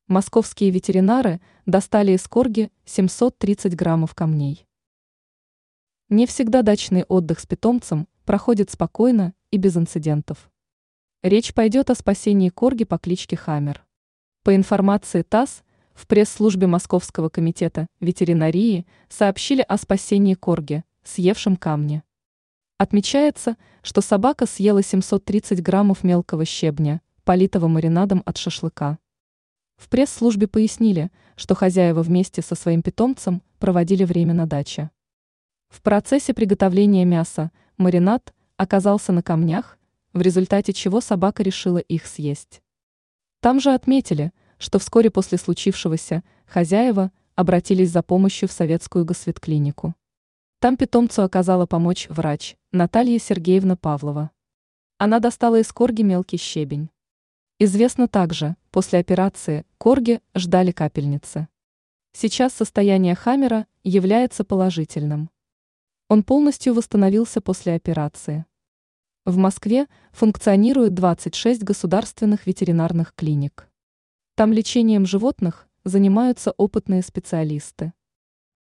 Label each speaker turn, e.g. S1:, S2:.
S1: Московские ветеринары достали из корги 730 граммов камней. Не всегда дачный отдых с питомцем проходит спокойно и без инцидентов. Речь пойдет о спасении корги по кличке Хаммер. По информации ТАСС, в пресс-службе Московского комитета ветеринарии сообщили о спасении корги, съевшем камни. Отмечается, что собака съела 730 граммов мелкого щебня, политого маринадом от шашлыка. В пресс-службе пояснили, что хозяева вместе со своим питомцем проводили время на даче. В процессе приготовления мяса маринад оказался на камнях, в результате чего собака решила их съесть. Там же отметили, что вскоре после случившегося хозяева обратились за помощью в советскую госветклинику. Там питомцу оказала помощь врач Наталья Сергеевна Павлова. Она достала из корги мелкий щебень. Известно также, после операции корги ждали капельницы. Сейчас состояние Хаммера является положительным. Он полностью восстановился после операции. В Москве функционирует 26 государственных ветеринарных клиник. Там лечением животных занимаются опытные специалисты.